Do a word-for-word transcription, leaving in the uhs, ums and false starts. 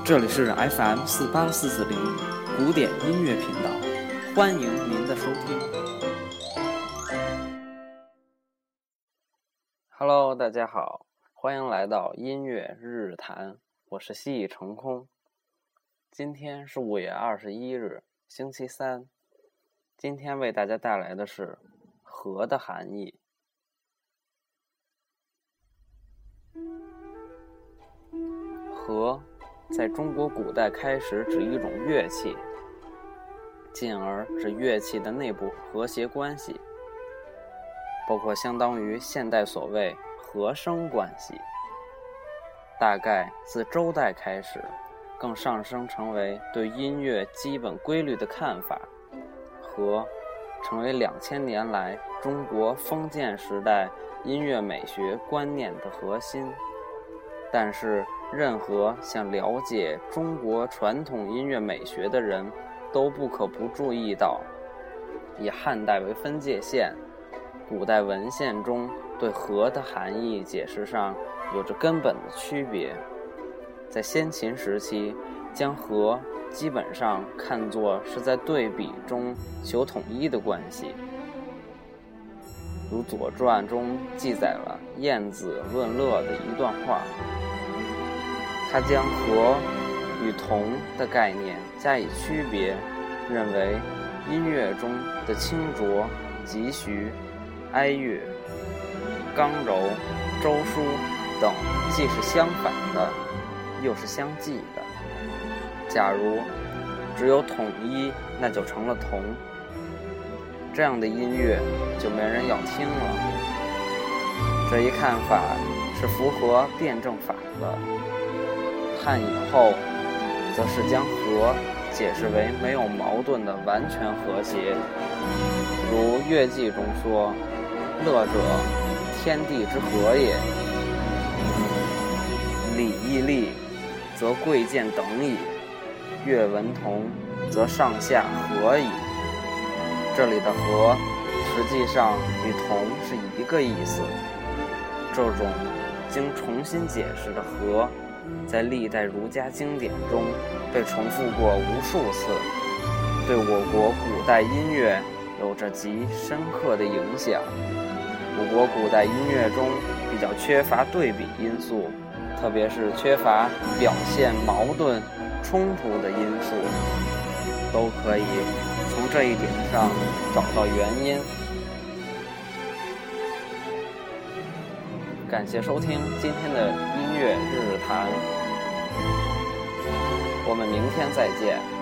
这里是 F M 四八四四零古典音乐频道，欢迎您的收听。Hello， 大家好，欢迎来到音乐日日谈，我是西已成空。今天是五月二十一日，星期三。今天为大家带来的是和的含义。和在中国古代开始指一种乐器，进而指乐器的内部和谐关系，包括相当于现代所谓和声关系。大概自周代开始，更上升成为对音乐基本规律的看法，和成为两千年来中国封建时代音乐美学观念的核心。但是任何想了解中国传统音乐美学的人都不可不注意到，以汉代为分界线，古代文献中对和的含义解释上有着根本的区别。在先秦时期，将和基本上看作是在对比中求统一的关系，如《左传》中记载了晏子论乐的一段话，他将和与同的概念加以区别，认为音乐中的清浊、急徐、哀乐、刚柔、周舒等既是相反的，又是相继的。假如只有统一，那就成了同，这样的音乐就没人要听了。这一看法是符合辩证法的。汉以后则是将和解释为没有矛盾的完全和谐，如乐记中说：乐者，天地之和也；礼义利，则贵贱等矣；乐文同，则上下和矣。这里的和实际上与同是一个意思。这种经重新解释的和在历代儒家经典中被重复过无数次，对我国古代音乐有着极深刻的影响。我国古代音乐中比较缺乏对比因素，特别是缺乏表现矛盾冲突的因素，都可以从这一点上找到原因。感谢收听今天的音乐日日谈，我们明天再见。